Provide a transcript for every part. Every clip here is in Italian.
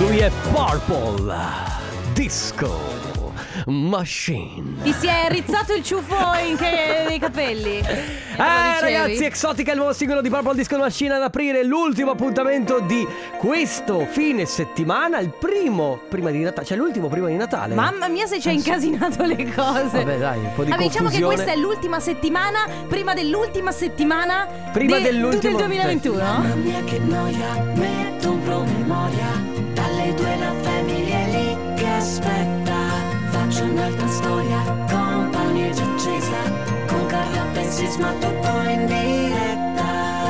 Lui è Purple Disco Machine. Ti si è rizzato il ciuffo nei capelli? Ragazzi, Exotica è il nuovo singolo di Purple Disco Machine ad aprire l'ultimo appuntamento di questo fine settimana. Il primo prima di Natale, cioè l'ultimo prima di Natale. Mamma mia, se ci hai incasinato le cose. Vabbè, dai, un po' di Vabbè, diciamo confusione. che questa è l'ultima settimana prima dell'ultima settimana dell'ultimo del 2021. Mamma mia che noia, metto un promemoria. Dalle 2 la famiglia è lì che aspetta. Faccio un'altra storia, compagnia già accesa. Con Carla Sisma tutto in diretta.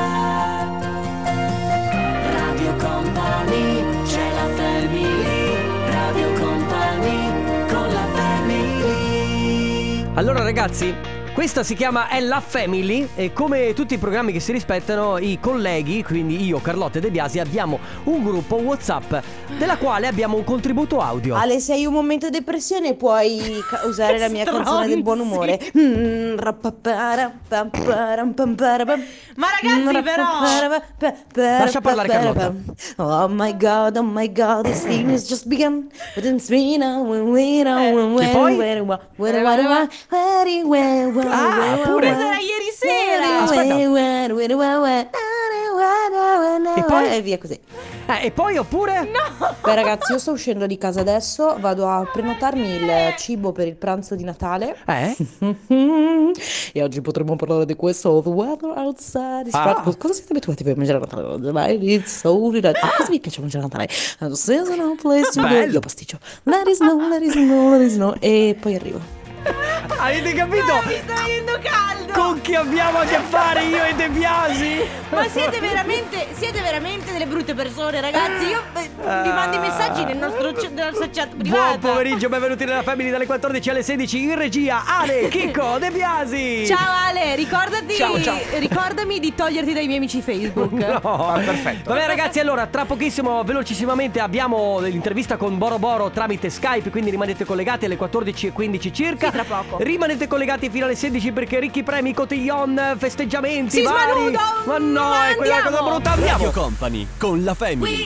Radio Company, c'è la family. Radio Company, con la family. Allora ragazzi, questa si chiama È la Family e come tutti i programmi che si rispettano, i colleghi, quindi io, Carlotta e De Biasi, abbiamo un gruppo WhatsApp della quale abbiamo un contributo audio. Ale, se hai un momento di depressione puoi usare la mia canzone del buon umore. Ma ragazzi, però Lascia parlare Carlotta. Oh my god, this thing has just begun. But it's me now, we know, E poi? Pure. questa era ieri sera. Aspetta. E poi? E via così. E poi oppure? Beh ragazzi, io sto uscendo di casa adesso, vado a prenotarmi il cibo per il pranzo di Natale. E oggi potremmo parlare di questo. The weather outside is Cosa siete abituati per mangiare a Natale? It's so cosa vi piace mangiare a Natale? The seasonal place to go. Bello. Io pasticcio. Let it snow. E poi arrivo. Avete capito? Mi sta venendo caldo. Con chi abbiamo a che fare io e De Biasi? Ma siete veramente delle brutte persone, ragazzi. Io vi mando i messaggi nella nostra chat privata. Buon pomeriggio, benvenuti nella Family dalle 14 alle 16 in regia Ale, Chicco, De Biasi. Ciao Ale, ricordati. Ciao. Ricordami di toglierti dai miei amici Facebook. No, perfetto. Vabbè ragazzi, allora tra pochissimo, velocissimamente abbiamo l'intervista con Boro Boro tramite Skype, quindi rimanete collegati alle 14:15 circa. Sì, tra poco. Rimanete collegati fino alle 16 perché ricchi premi, cotillon, festeggiamenti Sì, vari. smanudo. Ma no, è quella cosa brutta. Andiamo. Radio Company con la Family.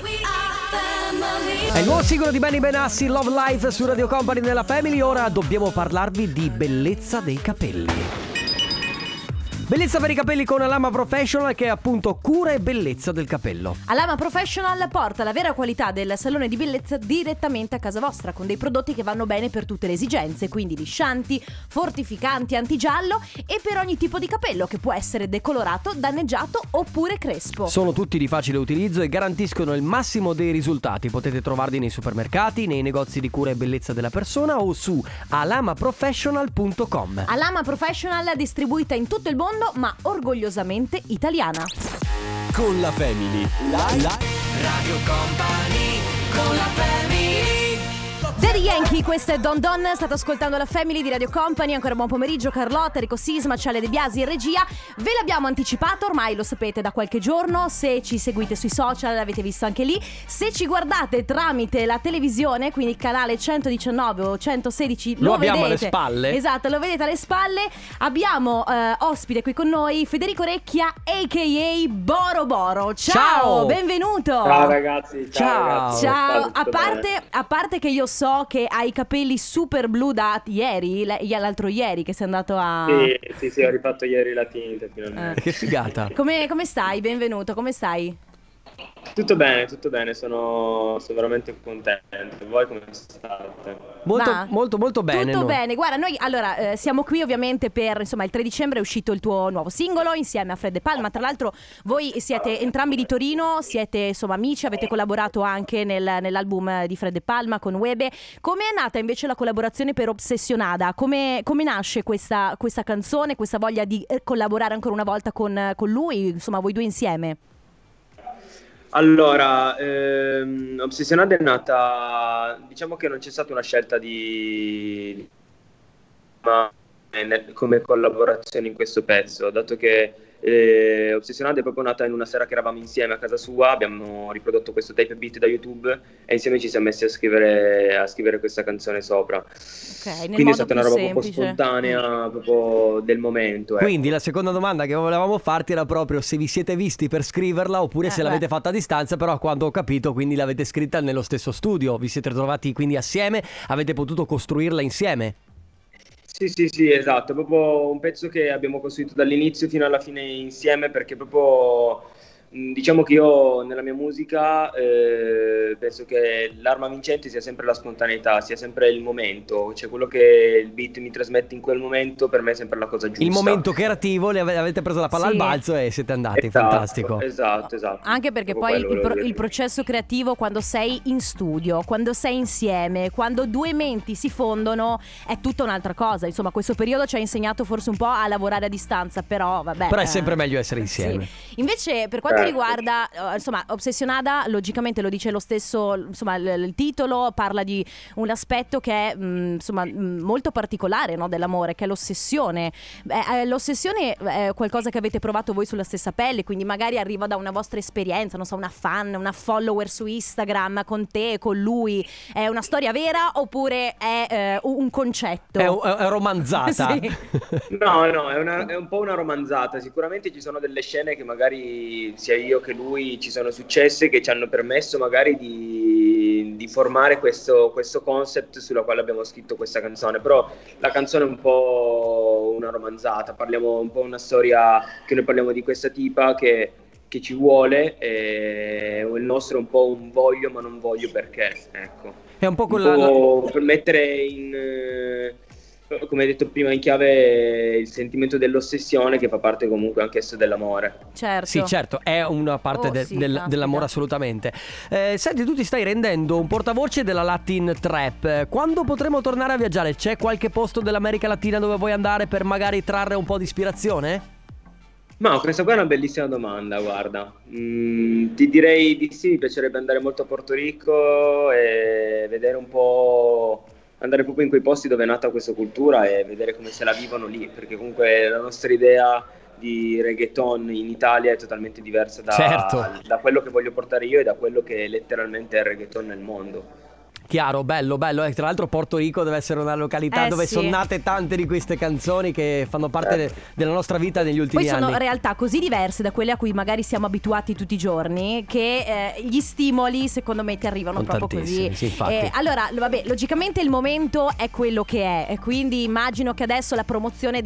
È il nuovo singolo di Benny Benassi, Love Life su Radio Company nella Family. Ora dobbiamo parlarvi di bellezza dei capelli. Bellezza per i capelli con Alama Professional, che è appunto cura e bellezza del capello. Alama Professional porta la vera qualità del salone di bellezza direttamente a casa vostra con dei prodotti che vanno bene per tutte le esigenze, quindi liscianti, fortificanti, antigiallo e per ogni tipo di capello che può essere decolorato, danneggiato oppure crespo. Sono tutti di facile utilizzo e garantiscono il massimo dei risultati. Potete trovarli nei supermercati, nei negozi di cura e bellezza della persona o su alamaprofessional.com. Alama Professional distribuita in tutto il mondo ma orgogliosamente italiana. Con la Family. Radio Company, con la family. Daddy Yankee, questa è Don Don, state ascoltando la Family di Radio Company. Ancora buon pomeriggio, Carlotta, Enrico Sisma, Ciale De Biasi in regia. Ve l'abbiamo anticipato, ormai lo sapete da qualche giorno. Se ci seguite sui social l'avete visto anche lì. Se ci guardate tramite la televisione, quindi il canale 119 o 116, Lo vedete. abbiamo alle spalle. Esatto, lo vedete alle spalle. Abbiamo ospite qui con noi Federico Recchia, a.k.a. Boro Boro. Ciao, benvenuto. Ciao ragazzi, Ciao. ragazzi. Ciao, Tutto bene? a parte che io so che hai i capelli super blu da ieri, l'altro ieri che sei andato a... Sì, ho rifatto ieri la tinta finalmente. Che figata. Come stai? Benvenuto, come stai? Tutto bene, sono veramente contento. Voi come state? Molto bene. Tutto noi. bene, guarda, noi allora siamo qui ovviamente per, insomma, il 3 dicembre è uscito il tuo nuovo singolo insieme a Fred De Palma. Tra l'altro voi siete entrambi di Torino, siete insomma amici, avete collaborato anche nell'album di Fred De Palma con Webe. Come è nata invece la collaborazione per Obsessionada? Come nasce questa canzone, questa voglia di collaborare ancora una volta con lui, insomma voi due insieme? Allora, Obsessionata è nata, diciamo che non c'è stata una scelta come collaborazione in questo pezzo, dato che Ossessionata è proprio nata in una sera che eravamo insieme a casa sua, abbiamo riprodotto questo tape beat da YouTube e insieme ci siamo messi a scrivere questa canzone sopra. Quindi è stata una roba proprio spontanea, proprio del momento. Quindi la seconda domanda che volevamo farti era proprio se vi siete visti per scriverla oppure se l'avete fatta a distanza, però a quanto ho capito quindi l'avete scritta nello stesso studio, vi siete trovati quindi assieme, avete potuto costruirla insieme. Sì, esatto, è proprio un pezzo che abbiamo costruito dall'inizio fino alla fine insieme, perché proprio diciamo che io nella mia musica penso che l'arma vincente sia sempre la spontaneità, sia sempre il momento, cioè quello che il beat mi trasmette in quel momento per me è sempre la cosa giusta. Il momento creativo, avete preso la palla al balzo e siete andati, fantastico. Esatto. Anche perché poi il processo creativo, quando sei in studio, quando sei insieme, quando due menti si fondono, è tutta un'altra cosa. Insomma, questo periodo ci ha insegnato forse un po' a lavorare a distanza, però vabbè. Però è sempre meglio essere insieme. Sì. Invece per quanto riguarda insomma Ossessionata, logicamente lo dice lo stesso, insomma il titolo parla di un aspetto che è molto particolare, no, dell'amore, che è l'ossessione. L'ossessione è qualcosa che avete provato voi sulla stessa pelle, quindi magari arriva da una vostra esperienza, non so, una fan, una follower su Instagram con te, con lui. È una storia vera oppure è un concetto? È romanzata? Sì. No, è un po' una romanzata. Sicuramente ci sono delle scene che magari sia io che lui ci sono successe, che ci hanno permesso magari di formare questo concept sulla quale abbiamo scritto questa canzone. Però la canzone è un po' una romanzata, parliamo un po' una storia che noi parliamo di questa tipa che ci vuole, e il nostro è un po' un voglio ma non voglio perché, ecco. È un po' per mettere in come hai detto prima in chiave il sentimento dell'ossessione, che fa parte comunque anch'esso dell'amore. Certo. Sì, certo, è una parte dell'amore assolutamente. Senti, tu ti stai rendendo un portavoce della Latin Trap. Quando potremo tornare a viaggiare? C'è qualche posto dell'America Latina dove vuoi andare per magari trarre un po' di ispirazione? Ma questa qua è una bellissima domanda, guarda. Ti direi di sì, mi piacerebbe andare molto a Porto Rico e vedere un po', andare proprio in quei posti dove è nata questa cultura e vedere come se la vivono lì, perché comunque la nostra idea di reggaeton in Italia è totalmente diversa da quello che voglio portare io e da quello che letteralmente è il reggaeton nel mondo. Chiaro, bello. Tra l'altro Porto Rico deve essere una località dove sono nate tante di queste canzoni che fanno parte della nostra vita negli ultimi anni. Poi sono realtà così diverse da quelle a cui magari siamo abituati tutti i giorni, che gli stimoli secondo me ti arrivano proprio così. Sì, infatti. Allora, vabbè, logicamente il momento è quello che è, e quindi immagino che adesso la promozione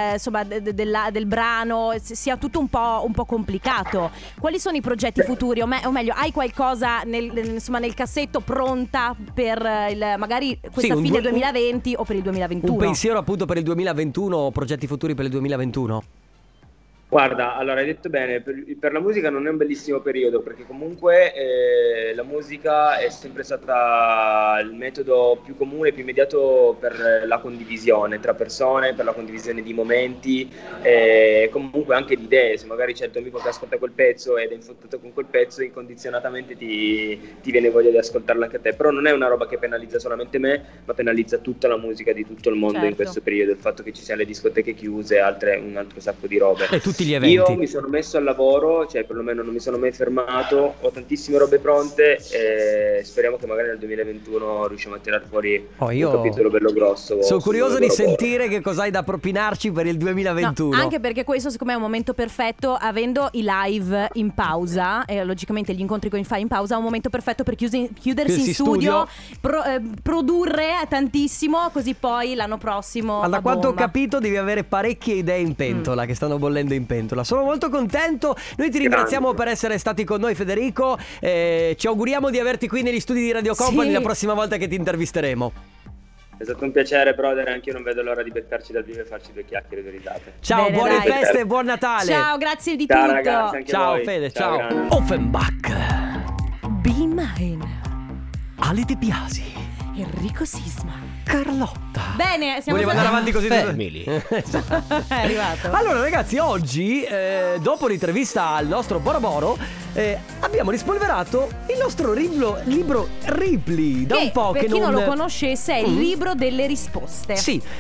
del brano sia tutto un po' complicato. Quali sono i progetti futuri? O meglio, hai qualcosa nel cassetto pronta per magari questa fine 2020 o per il 2021? Un pensiero appunto per il 2021, progetti futuri per il 2021? Guarda, allora hai detto bene, per la musica non è un bellissimo periodo, perché comunque la musica è sempre stata il metodo più comune, più immediato per la condivisione tra persone, per la condivisione di momenti e comunque anche di idee. Se magari c'è il tuo amico che ascolta quel pezzo ed è infottato con quel pezzo, incondizionatamente ti viene voglia di ascoltarlo anche a te. Però non è una roba che penalizza solamente me, ma penalizza tutta la musica di tutto il mondo in questo periodo, il fatto che ci siano le discoteche chiuse e un altro sacco di robe. Gli eventi. Io mi sono messo al lavoro, cioè perlomeno non mi sono mai fermato, ho tantissime robe pronte e speriamo che magari nel 2021 riusciamo a tirar fuori un capitolo bello grosso. Sono curioso di sentire che cosa hai da propinarci per il 2021. No, anche perché questo secondo me è un momento perfetto, avendo i live in pausa e logicamente gli incontri con i fan in pausa, è un momento perfetto per chiudersi in studio. Produrre tantissimo, così poi l'anno prossimo ma da quanto ho capito devi avere parecchie idee in pentola che stanno bollendo in pentola. Sono molto contento. Noi ti ringraziamo per essere stati con noi, Federico. Ci auguriamo di averti qui negli studi di Radio Company la prossima volta che ti intervisteremo. È stato un piacere, brother. Anche io non vedo l'ora di beccarci dal vivo e farci due chiacchiere, due risate. Ciao, buone feste e buon Natale. Ciao, grazie di ciao, tutto. Ragazzi, anche ciao voi. Fede, ciao. Offenbach, Be Mine, Ale De Biasi, Enrico Sisma, Carlotta. Bene, siamo Volevo andare avanti così. Family. È arrivato. Allora ragazzi, oggi dopo l'intervista al nostro Boroboro abbiamo rispolverato il nostro libro Ripley. Da che, un po' per che chi non lo conoscesse, è il libro delle risposte. Sì.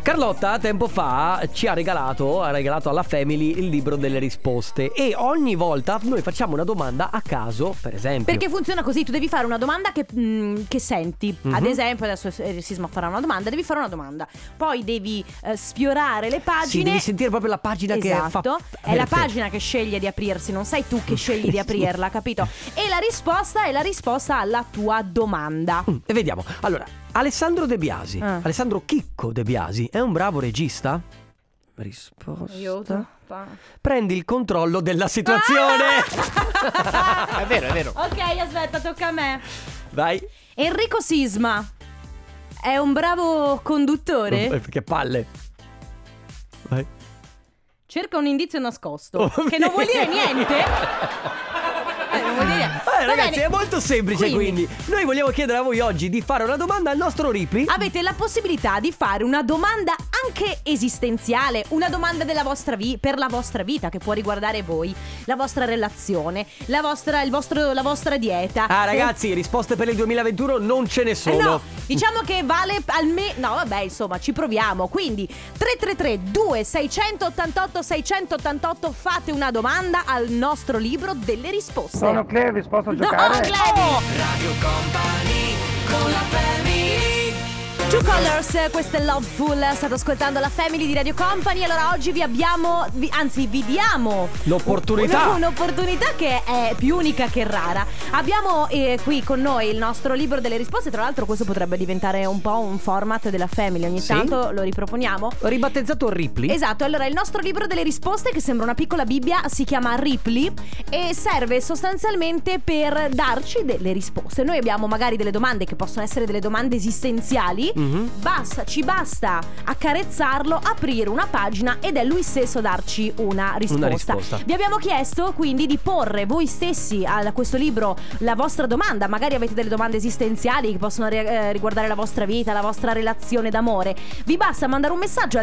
Carlotta tempo fa ci ha regalato alla Family il libro delle risposte e ogni volta noi facciamo una domanda a caso, per esempio. Perché funziona così, tu devi fare una domanda che senti. Ad esempio, adesso Sisma farà una domanda, devi fare una domanda. Poi devi sfiorare le pagine. Sì, devi sentire proprio la pagina che fa. Esatto, è la pagina che sceglie di aprirsi, non sei tu che scegli di aprirla, capito? E la risposta è la risposta alla tua domanda. E vediamo. Allora, Alessandro De Biasi, Alessandro Chicco De Biasi, è un bravo regista? Risposta. Aiuto. Prendi il controllo della situazione. È vero. Ok, aspetta, tocca a me. Vai. Enrico Sisma è un bravo conduttore? Che palle. Vai. Cerca un indizio nascosto. Che non vuol dire niente. Non vuol dire niente. Ragazzi, è molto semplice, quindi noi vogliamo chiedere a voi oggi di fare una domanda al nostro Ripley. Avete la possibilità di fare una domanda anche esistenziale, una domanda della vostra per la vostra vita, che può riguardare voi, la vostra relazione, la vostra dieta. Ragazzi, risposte per il 2021 non ce ne sono. No, diciamo che vale almeno. No, vabbè, insomma, ci proviamo. Quindi 333-2688-688, fate una domanda al nostro libro delle risposte. Sono Clevis, posso giocare? Radio Company con la Family. Two Colors, questo è Loveful. State ascoltando la Family di Radio Company. Allora oggi vi diamo l'opportunità. Un'opportunità che è più unica che rara. Abbiamo qui con noi il nostro libro delle risposte. Tra l'altro questo potrebbe diventare un po' un format della Family. Ogni tanto lo riproponiamo. Ribattezzato Ripley. Esatto, allora il nostro libro delle risposte, che sembra una piccola Bibbia, si chiama Ripley e serve sostanzialmente per darci delle risposte. Noi abbiamo magari delle domande che possono essere delle domande esistenziali. Ci basta accarezzarlo, aprire una pagina ed è lui stesso darci una risposta. Vi abbiamo chiesto quindi di porre voi stessi a questo libro la vostra domanda. Magari avete delle domande esistenziali che possono riguardare la vostra vita, la vostra relazione d'amore. Vi basta mandare un messaggio al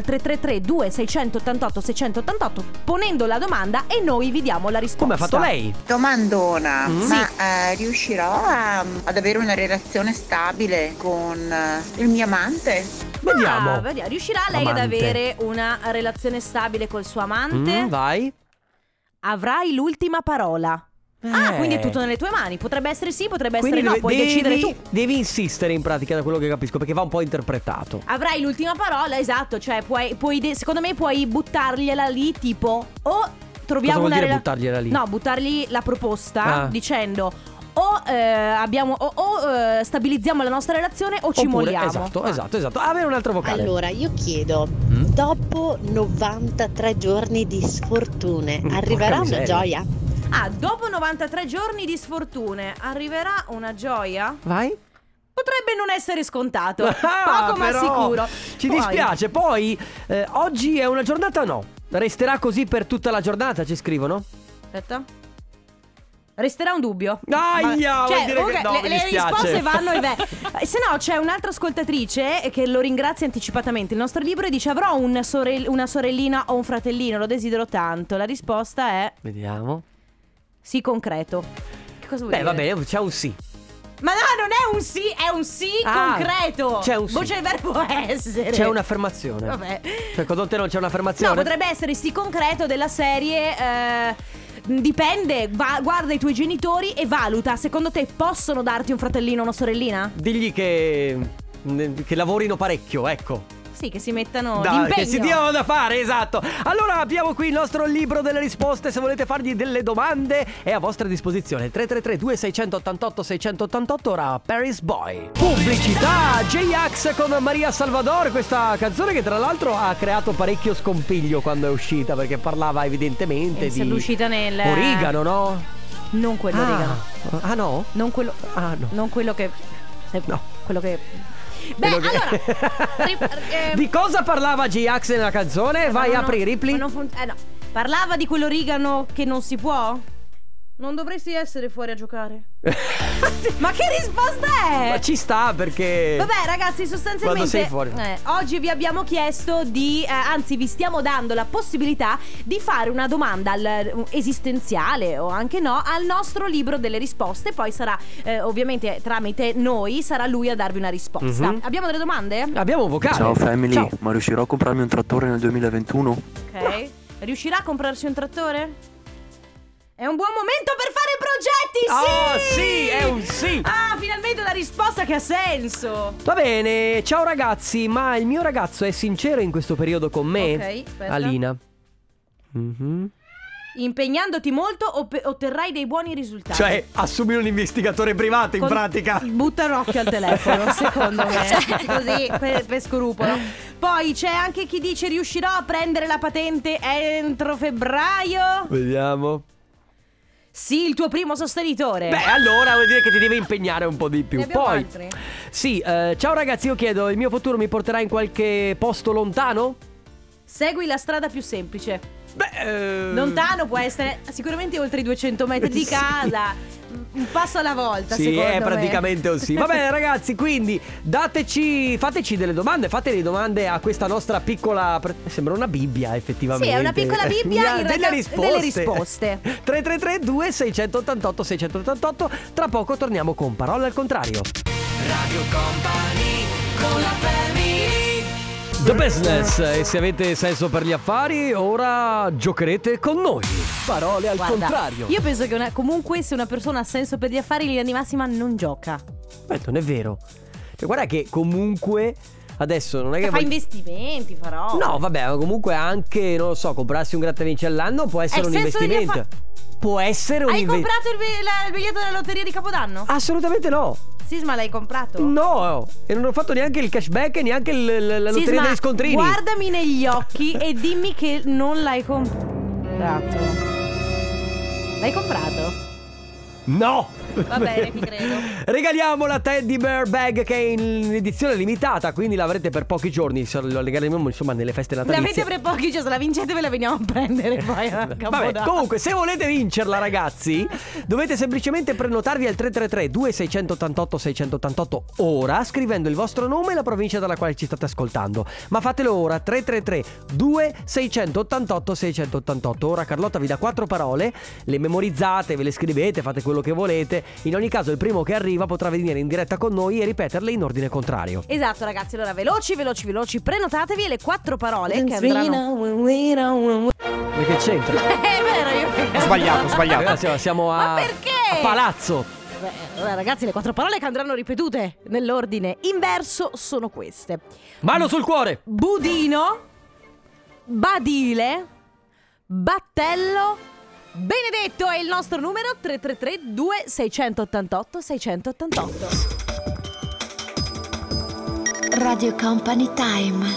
333-2688-688 ponendo la domanda e noi vi diamo la risposta. Come ha fatto lei? Domandona, riuscirò ad avere una relazione stabile con il mio amante? Vediamo. Riuscirà lei ad avere una relazione stabile col suo amante? Vai. Avrai l'ultima parola. Quindi è tutto nelle tue mani. Potrebbe essere sì, potrebbe essere no. Puoi decidere tu. Devi insistere in pratica, da quello che capisco, perché va un po' interpretato. Avrai l'ultima parola, esatto. Cioè secondo me puoi buttargliela lì, tipo troviamo cosa vuol dire buttargliela lì? No, buttargli la proposta dicendo stabilizziamo la nostra relazione o ci molliamo. Esatto. Avere un altro vocale. Allora io chiedo, dopo 93 giorni di sfortune arriverà una gioia? Dopo 93 giorni di sfortune arriverà una gioia? Vai. Potrebbe non essere scontato. Poco ma sicuro. Ci dispiace. Poi oggi è una giornata resterà così per tutta la giornata, ci scrivono. Aspetta. Resterà un dubbio. Vuol dire che no, le risposte vanno e se no c'è un'altra ascoltatrice che lo ringrazia anticipatamente il nostro libro e dice: avrò una sorellina o un fratellino, lo desidero tanto. La risposta è: vediamo. Sì concreto. Che cosa vuol dire? Vabbè, c'è un sì. Ma no, non è un sì, è un sì concreto. C'è un sì. Voce del verbo essere. C'è un'affermazione. Vabbè. Secondo te non c'è un'affermazione? No, potrebbe essere sì concreto della serie dipende, guarda i tuoi genitori e valuta. Secondo te possono darti un fratellino o una sorellina? Digli che lavorino parecchio, ecco. Sì, che si mettano d'impegno, che si diano da fare, esatto. Allora abbiamo qui il nostro libro delle risposte. Se volete fargli delle domande è a vostra disposizione. 333-2688-688. Ora Paris Boy. Pubblicità. J-Ax con Maria Salvador. Questa canzone che tra l'altro ha creato parecchio scompiglio quando è uscita, perché parlava evidentemente di uscita nel origano, no? Non quello origano. No? Non quello. No. Non quello che. No. Quello che. Beh, allora di cosa parlava J-Ax nella canzone? Vai, apri Ripley. No. Parlava di quell'origano che non si può? Non dovresti essere fuori a giocare. Ma che risposta è? Ma ci sta perché... Vabbè ragazzi, sostanzialmente quando sei fuori. Oggi vi abbiamo chiesto di anzi vi stiamo dando la possibilità di fare una domanda esistenziale o anche no al nostro libro delle risposte. Poi sarà ovviamente tramite noi sarà lui a darvi una risposta. Abbiamo delle domande? Abbiamo un vocale. Ciao family, Ciao. ma riuscirò a comprarmi un trattore nel 2021? Ok. Riuscirà a comprarsi un trattore? È un buon momento per fare progetti, sì! Oh sì, è un sì! Ah, finalmente una risposta che ha senso. Va bene, ciao ragazzi, ma il mio ragazzo è sincero in questo periodo con me? Ok, aspetta. Alina. Mhm. Impegnandoti molto otterrai dei buoni risultati. Cioè, assumi un investigatore privato in pratica. Butta un occhio al telefono, secondo me. Così, per scrupolo. Poi c'è anche chi dice riuscirò a prendere la patente entro febbraio. Vediamo. Sì, il tuo primo sostenitore. Beh, allora vuol dire che ti devi impegnare un po' di più. Ne abbiamo Poi altri? sì, ciao ragazzi, io chiedo, il mio futuro mi porterà in qualche posto lontano? Segui la strada più semplice. Beh, Lontano può essere sicuramente oltre i 200 metri di casa. Un passo alla volta, sì, secondo è me. praticamente così. Va bene ragazzi, quindi fateci delle domande. Fate le domande a questa nostra piccola sembra una Bibbia effettivamente. Sì, è una piccola Bibbia in delle realtà risposte. 333 688 688. Tra poco torniamo con Parole al contrario. Radio Company con la family. The Business. E se avete senso per gli affari, ora giocherete con noi. Parole al contrario. Io penso che comunque se una persona ha senso per gli affari, in linea di massima non gioca. Beh, non è vero. Cioè, guarda che comunque adesso non è che fa investimenti, farò. No, vabbè, ma comunque anche, non lo so, comprarsi un grattavinci all'anno può essere un investimento. Può essere un Hai investimento. comprato il biglietto della lotteria di Capodanno? Assolutamente no. Sisma, l'hai comprato? No, e non ho fatto neanche il cashback e neanche la lotteria Sisma, degli scontrini. guardami negli occhi e dimmi che non l'hai comprato. L'hai comprato? No. Va bene, ti credo. Regaliamo la Teddy Bear Bag che è in edizione limitata, quindi l'avrete per pochi giorni. Lo regaliamo insomma nelle feste natalizie. L'avete per pochi giorni, se la vincete ve la veniamo a prendere poi a Capodanno. Vabbè, comunque se volete vincerla ragazzi dovete semplicemente prenotarvi al 333 2688 688 ora, scrivendo il vostro nome e la provincia dalla quale ci state ascoltando. Ma fatelo ora, 333 2688 688. Ora Carlotta vi dà 4 parole, le memorizzate, ve le scrivete, fate quello che volete. In ogni caso il primo che arriva potrà venire in diretta con noi e ripeterle in ordine contrario. Esatto ragazzi, allora veloci, prenotatevi le 4 parole che andranno. Ma che c'entra? È vero, io Sbagliato. Ragazzi, siamo Ma perché? a Palazzo. Beh, allora ragazzi, le 4 parole che andranno ripetute nell'ordine inverso sono queste: mano sul cuore, budino, badile, battello. Benedetto è il nostro numero, 333 2688 688. Radio Company Time.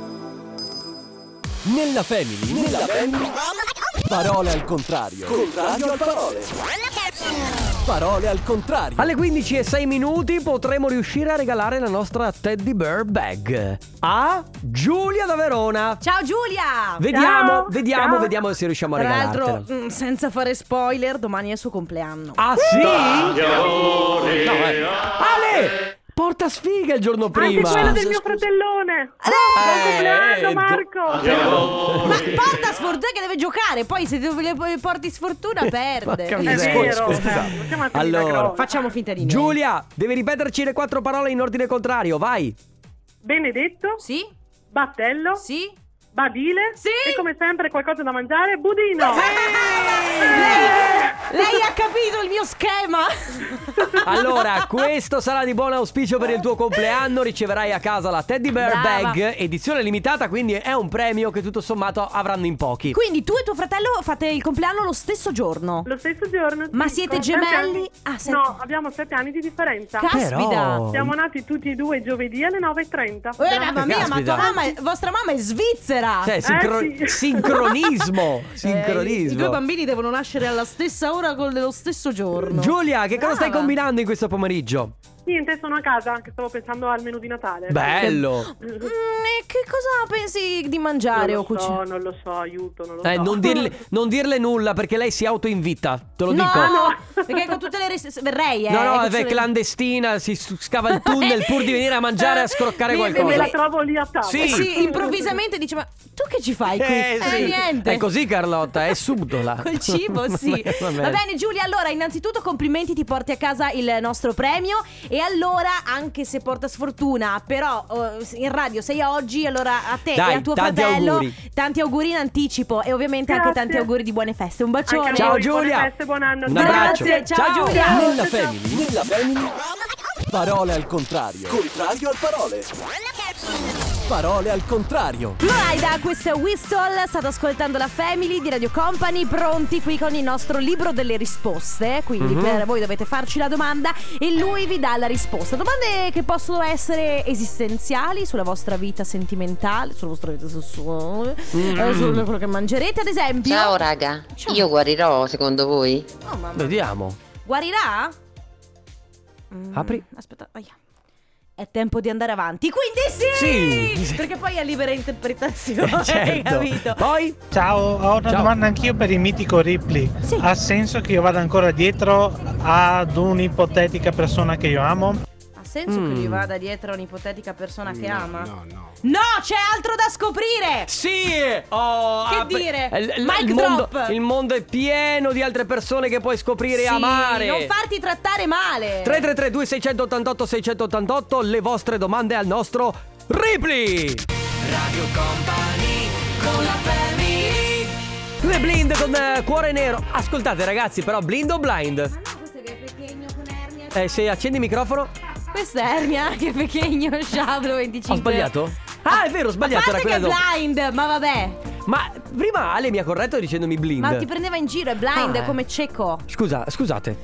Nella family. Parole al contrario. Contrario al parole. Parole al contrario. Alle 15:06 potremo riuscire a regalare la nostra Teddy Bear Bag a Giulia da Verona. Ciao Giulia! Vediamo se riusciamo a Tra regalartela. l'altro, senza fare spoiler, domani è il suo compleanno. Ah sì? No, Ale! Porta sfiga il giorno prima. Anche quello del mio fratellone. Buon compleanno Marco. Ma porta sfortuna che deve giocare. Poi se le porti sfortuna perde. È vero. Allora, facciamo finta di niente. Giulia, devi ripeterci le 4 parole in ordine contrario, vai. Benedetto. Sì. Battello. Sì. Badile. Sì. E come sempre qualcosa da mangiare. Budino. Lei ha capito il mio schema. Allora, questo sarà di buon auspicio per il tuo compleanno. Riceverai a casa la Teddy Bear Bag, edizione limitata, quindi è un premio che tutto sommato avranno in pochi. Quindi tu e tuo fratello fate il compleanno lo stesso giorno? Lo stesso giorno. Ma sì, siete con 7 gemelli? anni. Ah, No, abbiamo 7 anni di differenza. Caspita. Però... Siamo nati tutti e due giovedì alle 9:30. Mamma mia, ma tua vostra mamma è svizzera. Cioè, sì. sincronismo. I due bambini devono nascere alla stessa ora con lo stesso giorno. Giulia, che cosa stai combinando in questo pomeriggio? Niente, sono a casa, che stavo pensando al menù di Natale. Bello. Che cosa pensi di mangiare o cucinare? Non lo so, aiuto, non lo so. Non dirle nulla perché lei si autoinvita, te lo No, dico. no, perché con tutte le verrei, No, che è sono- clandestina, si scava il tunnel pur di venire a mangiare e a scroccare qualcosa. Me la trovo lì a tavola. Sì. Improvvisamente dice: ma tu che ci fai qui? Sì. Niente. È così Carlotta, è subdola. Col cibo, sì. Va Va bene, Giulia, allora innanzitutto complimenti, ti porti a casa il nostro premio. E allora, anche se porta sfortuna, però in radio sei oggi, allora a te Dai, e a tuo tanti fratello auguri. tanti auguri in anticipo. E ovviamente Grazie. anche tanti auguri di buone feste. Un bacione. Anche a Ciao, voi, Giulia. Buone feste, buon anno. Un abbraccio. Grazie, ciao, Giulia. Nella family. Parole al contrario. Contrario al parole. Parole al contrario. Florida, questo è Whistle, state ascoltando la Family di Radio Company, pronti qui con il nostro libro delle risposte, quindi per voi dovete farci la domanda e lui vi dà la risposta. Domande che possono essere esistenziali, sulla vostra vita sentimentale, sulla vostra vita sessuale, su quello che mangerete ad esempio. Ciao raga, Ciao. io guarirò secondo voi? Oh, mamma. Vediamo. Guarirà? Apri. Aspetta, è tempo di andare avanti, quindi sì! Perché poi è libera interpretazione, hai Certo. capito? Poi? Ciao, ho una domanda anch'io per il mitico Ripley. Sì. Ha senso che io vada ancora dietro ad un'ipotetica persona che io amo? Ha senso che lui vada dietro a un'ipotetica persona che ama? No, c'è altro da scoprire! Sì! Oh, Che dire? Mic il mondo, drop. il mondo è pieno di altre persone che puoi scoprire e Sì, amare. non farti trattare male. 333 688 688, le vostre domande al nostro Ripley. Radio Company con la family. The Blind con Cuore Nero. Ascoltate ragazzi, però blind o blind? Ma no, questo che è pequeño con ernia. Se accendi il microfono. Questa è ernia, che pequeño, sciablo 25. Ho sbagliato? Ah, è vero, ho A sbagliato. parte Era che è quella dopo. blind, ma vabbè. Ma prima Ale mi ha corretto dicendomi blind. Ma ti prendeva in giro, è blind, è come cieco. Scusate.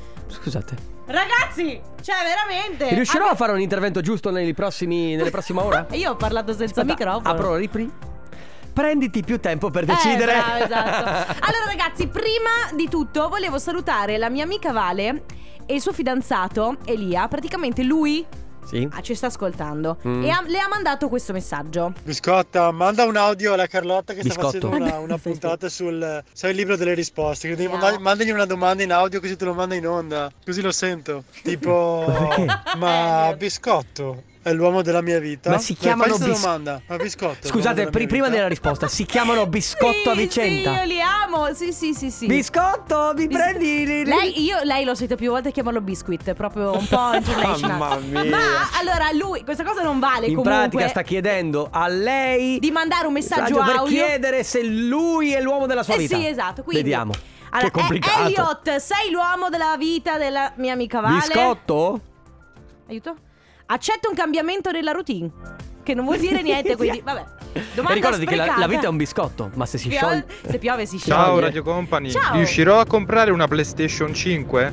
Ragazzi, cioè veramente. Riuscirò a fare un intervento giusto nelle prossime ore? Io ho parlato senza microfono. Apro Ripley. Prenditi più tempo per decidere. Bravo, esatto. Allora ragazzi, prima di tutto volevo salutare la mia amica Vale e il suo fidanzato Elia. Praticamente lui Sì. ci sta ascoltando e le ha mandato questo messaggio. Biscotta, manda un audio alla Carlotta che Biscotto. sta facendo una puntata sul libro delle risposte. Che devi Andiamo. mandagli una domanda in audio così te lo manda in onda. Così lo sento. Tipo, Perché? ma Biscotto è l'uomo della mia vita? Ma si chiamano questa domanda. Ma Biscotto. è Scusate, l'uomo della mia prima vita? della risposta, si chiamano Biscotto a vicenda. Sì, io li amo. Sì. Biscotto, mi prendi? Lei l'ho sentito più volte chiamarlo Biscuit, proprio un po' international. Mamma mia. Ma allora lui, questa cosa non vale In comunque. pratica sta chiedendo a lei di mandare un messaggio per audio chiedere se lui è l'uomo della sua vita. Sì, esatto. Quindi, Vediamo. allora, che complicato. Elliot, sei l'uomo della vita della mia amica Vale? Biscotto? Aiuto? Accetta un cambiamento nella routine, che non vuol dire niente, quindi vabbè. E Domanda ricordati che la sprecata. vita è un biscotto, ma se si scioglie. Se piove si scioglie. Ciao Radio Company, Ciao. riuscirò a comprare una PlayStation 5?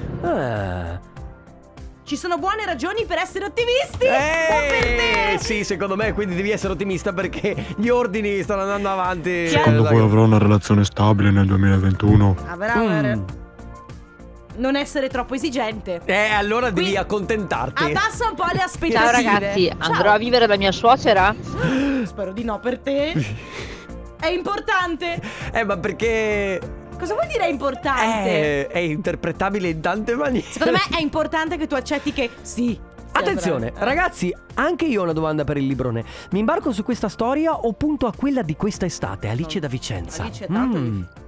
Ci sono buone ragioni per essere ottimisti. Per te. Sì, secondo me quindi devi essere ottimista perché gli ordini stanno andando avanti. Secondo voi avrò una relazione stabile nel 2021? Non essere troppo esigente. Allora devi accontentarti. Abbassa un po' le aspettative. Ciao ragazzi, Ciao. andrò a vivere da mia suocera? Spero di no per te. È importante. Ma perché Cosa vuol dire è importante? è interpretabile in tante maniere. Secondo me è importante che tu accetti che sì. Attenzione, ragazzi, anche io ho una domanda per il librone. Mi imbarco su questa storia o punto a quella di questa estate, Alice da Vicenza? Alice è tanto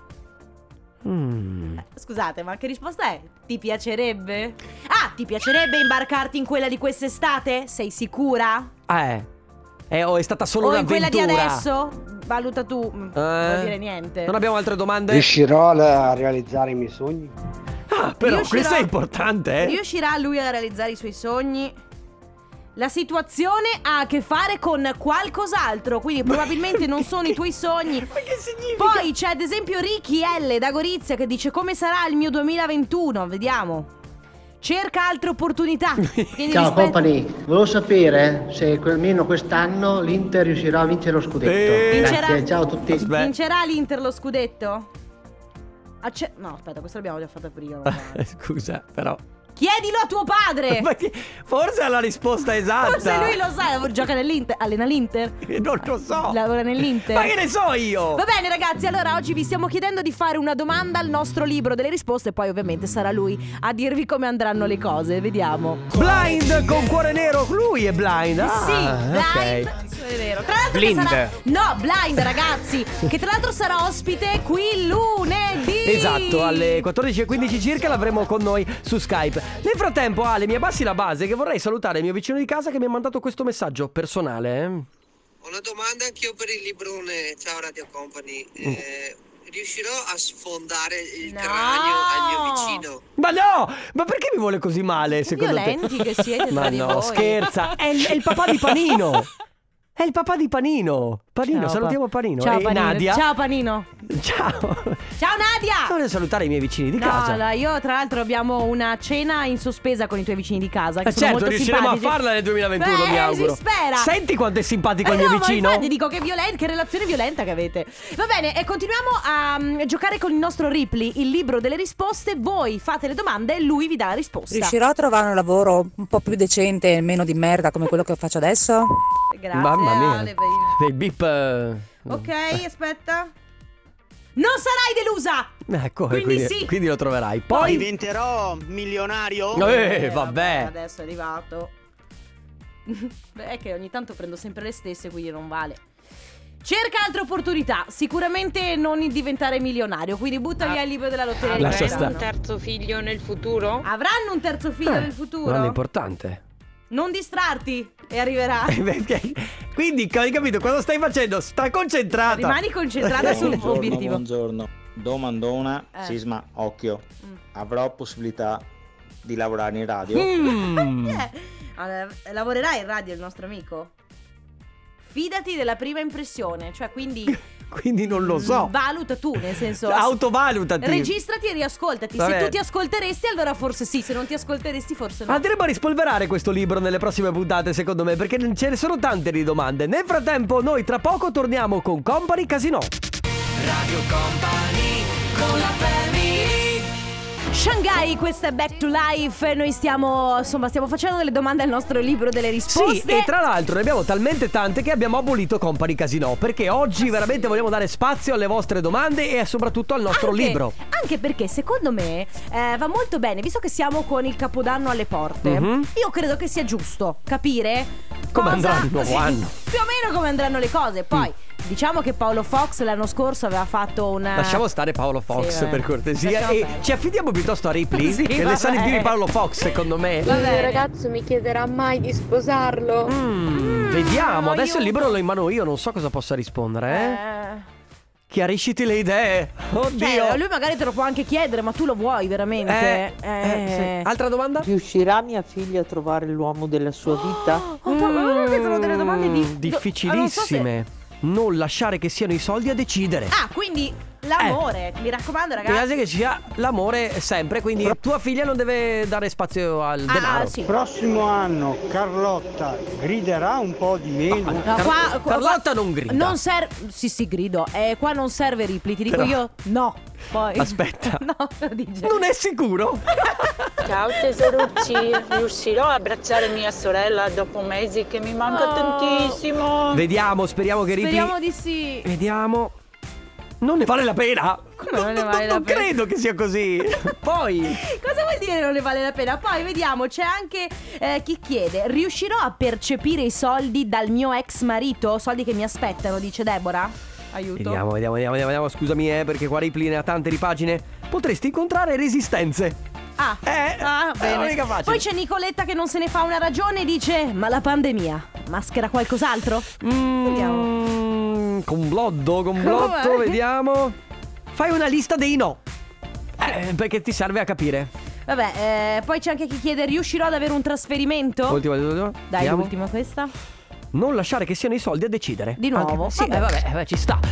Scusate, ma che risposta è? Ti piacerebbe? Ti piacerebbe imbarcarti in quella di quest'estate? Sei sicura? È stata solo O in un'avventura. quella di adesso? Valuta tu. Non vuol dire niente. Non abbiamo altre domande? Riuscirò a realizzare i miei sogni? Però Riuscirò- questo è importante, Riuscirà lui a realizzare i suoi sogni? La situazione ha a che fare con qualcos'altro, quindi probabilmente non sono i tuoi sogni. Ma che significa? Poi c'è ad esempio Ricky L da Gorizia che dice: come sarà il mio 2021? Vediamo. Cerca altre opportunità. Quindi Ciao rispetto- company, volevo sapere se almeno quest'anno l'Inter riuscirà a vincere lo scudetto. Grazie, ciao a tutti. Vincerà l'Inter lo scudetto? No, aspetta, questo l'abbiamo già fatto prima. Scusa, però Chiedilo a tuo padre. Forse ha la risposta esatta. Forse lui lo sa, gioca nell'Inter. Allena l'Inter. Non lo so. Lavora nell'Inter. Ma che ne so io? Va bene ragazzi, allora oggi vi stiamo chiedendo di fare una domanda al nostro libro delle risposte. Poi ovviamente sarà lui a dirvi come andranno le cose. Vediamo. Blind con cuore nero. Lui è blind. Sì, blind. Ok. È vero. Tra l'altro Blind. No, blind ragazzi. Che tra l'altro sarà ospite qui lunedì. Esatto, alle 14:15 circa l'avremo con noi su Skype. Nel frattempo, Ale, mi abbassi la base che vorrei salutare il mio vicino di casa che mi ha mandato questo messaggio personale. Ho una domanda anch'io per il librone. Ciao Radio Company. Riuscirò a sfondare il cranio al mio vicino? Ma no! Ma perché mi vuole così male, secondo violenti te? che siete Ma tra di no, voi. scherza. È il papà di Panino. È il papà di Panino. Panino, Ciao, salutiamo Panino. Ciao E Panino. Nadia. Ciao Panino. Ciao. Ciao Nadia. Voglio salutare i miei vicini di casa. No, io tra l'altro abbiamo una cena in sospesa con i tuoi vicini di casa che sono Certo, molto riusciremo simpatici. a farla nel 2021, mi auguro. Si spera. Senti quanto è simpatico il mio No, vicino. ma infatti dico che relazione violenta che avete. Va bene, e continuiamo a giocare con il nostro Ripley, il libro delle risposte. Voi fate le domande e lui vi dà la risposta. Riuscirò a trovare un lavoro un po' più decente e meno di merda come quello che faccio adesso? Grazie Mamma mia. Ale per il... Dei beep. Ok, aspetta. Non sarai delusa. Ecco, Quindi sì. quindi lo troverai. Poi diventerò milionario? Vabbè. Adesso è arrivato. Beh, è che ogni tanto prendo sempre le stesse, quindi non vale. Cerca altre opportunità. Sicuramente non diventare milionario. Quindi butta via il libro della lotteria. Lascia Avranno stare. un terzo figlio nel futuro? Avranno un terzo figlio nel futuro? Non è importante. Non distrarti e arriverà. Quindi hai capito cosa stai facendo? Sta concentrata. Rimani concentrata sull'obiettivo. Buongiorno. Domandona, Sisma, occhio. Avrò possibilità di lavorare in radio? Allora, lavorerà in radio il nostro amico? Fidati della prima impressione. Cioè quindi Quindi non lo so. valuta tu, nel senso Autovalutati. registrati e riascoltati. Vabbè. Se tu ti ascolteresti allora forse sì. Se non ti ascolteresti forse no. Andremo a rispolverare questo libro nelle prossime puntate, secondo me, perché ce ne sono tante di domande. Nel frattempo noi tra poco torniamo con Company Casino. Radio Company con la family. Shanghai, questa è Back to Life. Noi stiamo facendo delle domande al nostro libro delle risposte. Sì, e tra l'altro ne abbiamo talmente tante che abbiamo abolito Company Casino, perché oggi veramente vogliamo dare spazio alle vostre domande e soprattutto al nostro libro. Anche perché secondo me va molto bene, visto che siamo con il Capodanno alle porte. Io credo che sia giusto capire Come andrà il nuovo sì, anno. più o meno come andranno le cose. Poi diciamo che Paolo Fox l'anno scorso aveva fatto una... Lasciamo stare Paolo Fox, Sì, vabbè. per cortesia. Lasciamo E perdere. ci affidiamo piuttosto a Ripley, Sì, che le vabbè. sa di più di Paolo Fox, secondo me. Il ragazzo mi chiederà mai di sposarlo? Vediamo, adesso il libro lo in mano io, non so cosa possa rispondere, Chiarisciti le idee. Oddio. Cioè, lui magari te lo può anche chiedere, ma tu lo vuoi veramente? Sì. Altra domanda? Riuscirà mia figlia a trovare l'uomo della sua vita? Sono delle domande difficilissime. Non lasciare che siano i soldi a decidere. Ah, quindi l'amore, mi raccomando ragazzi. Bisogna che ci sia l'amore sempre, quindi tua figlia non deve dare spazio al denaro. sì. Prossimo anno Carlotta griderà un po' di meno. No, Carlotta non grida. Non serve. Sì, grido. Qua non serve Ripley, ti dico Però- io no. Poi Aspetta. No, lo dice. Non è sicuro? Ciao tesorucci, riuscirò a abbracciare mia sorella dopo mesi che mi manca tantissimo. Vediamo, speriamo che Ripley. Speriamo di sì. Vediamo. Non ne vale la pena? Come non ne vale la Non pena? credo che sia così. Poi Cosa vuol dire non ne vale la pena? Poi vediamo, c'è anche chi chiede: riuscirò a percepire i soldi dal mio ex marito? Soldi che mi aspettano, dice Deborah. Aiuto. Vediamo. Scusami, perché qua Ripley ne ha tante di pagine. Potresti incontrare resistenze. Bene. l'unica facile. Poi c'è Nicoletta che non se ne fa una ragione e dice: ma la pandemia maschera qualcos'altro? Vediamo. Complotto, Come? vediamo. Fai una lista dei no. Perché ti serve a capire. Vabbè, poi c'è anche chi chiede: riuscirò ad avere un trasferimento? Ultima. Dai, Vediamo. l'ultima questa. Non lasciare che siano i soldi a decidere. Di nuovo? Sì, vabbè, ci sta.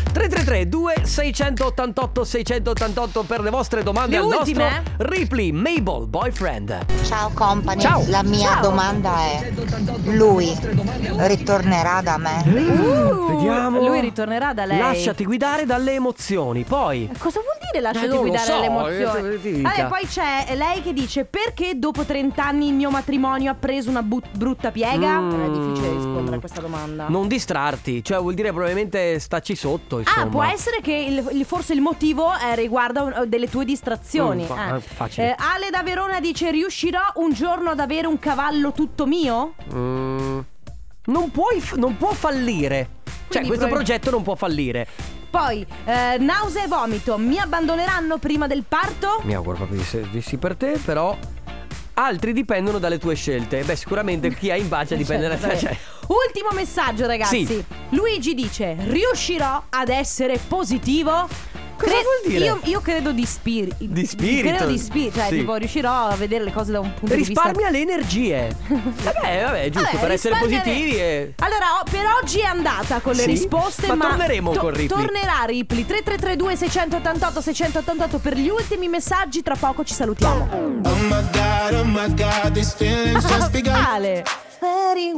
333-2688-688 per le vostre domande Le al ultime? nostro Ripley Mabel Boyfriend. Ciao company, Ciao. la mia Ciao. domanda è: lui ritornerà da me? Vediamo. Lui ritornerà da lei. Lasciati guidare dalle emozioni. Poi Cosa vuol dire? dire lasciati non lo guidare so, dalle emozioni. ti dica. Vabbè, poi c'è lei che dice: perché dopo 30 anni il mio matrimonio ha preso una brutta piega? È difficile rispondere a questa domanda. Non distrarti, cioè vuol dire probabilmente stacci sotto, insomma. Può essere che forse il motivo riguarda delle tue distrazioni. Facile. Ale da Verona dice: riuscirò un giorno ad avere un cavallo tutto mio? Non può fallire. Cioè questo progetto non può fallire. Poi nausea e vomito, mi abbandoneranno prima del parto? Mi auguro proprio di sì per te, però altri dipendono dalle tue scelte. Beh, sicuramente chi ha in pace dipende da te. Cioè. Ultimo messaggio, ragazzi. Sì. Luigi dice: riuscirò ad essere positivo? Cosa vuol dire? Io credo di spirito. Di spirito? Credo di spirito. Cioè, sì. tipo, riuscirò a vedere le cose da un punto Risparmia di vista. le energie. Vabbè, giusto, per essere positivi Allora, per oggi è andata con le risposte. Ma torneremo con Ripley. Tornerà Ripley. 3332 688 688 per gli ultimi messaggi. Tra poco ci salutiamo. Oh my god, this feeling's just begun. Ale. Ma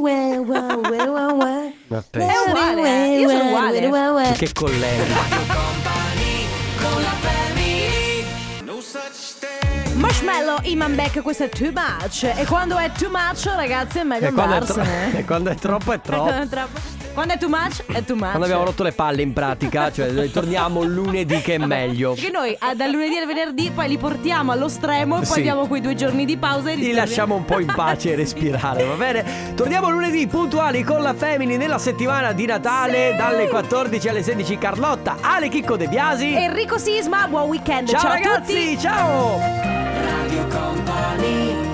È uguale, io sono uguale. che collega. Marshmallow, Iman Beck, questo è too much. E quando è too much, ragazzi, è meglio andarsene. E quando è troppo è troppo. Quando è too much, è too much. Quando abbiamo rotto le palle in pratica, cioè torniamo lunedì che è meglio. Perché noi dal lunedì al venerdì poi li portiamo allo stremo e poi diamo quei 2 giorni di pausa e li lasciamo un po' in pace e respirare, va bene? Torniamo lunedì puntuali con la Family nella settimana di Natale, dalle 14 alle 16. Carlotta, Ale Chicco De Biasi, Enrico Sisma, buon weekend. Ciao a ragazzi, tutti. ciao. Radio Company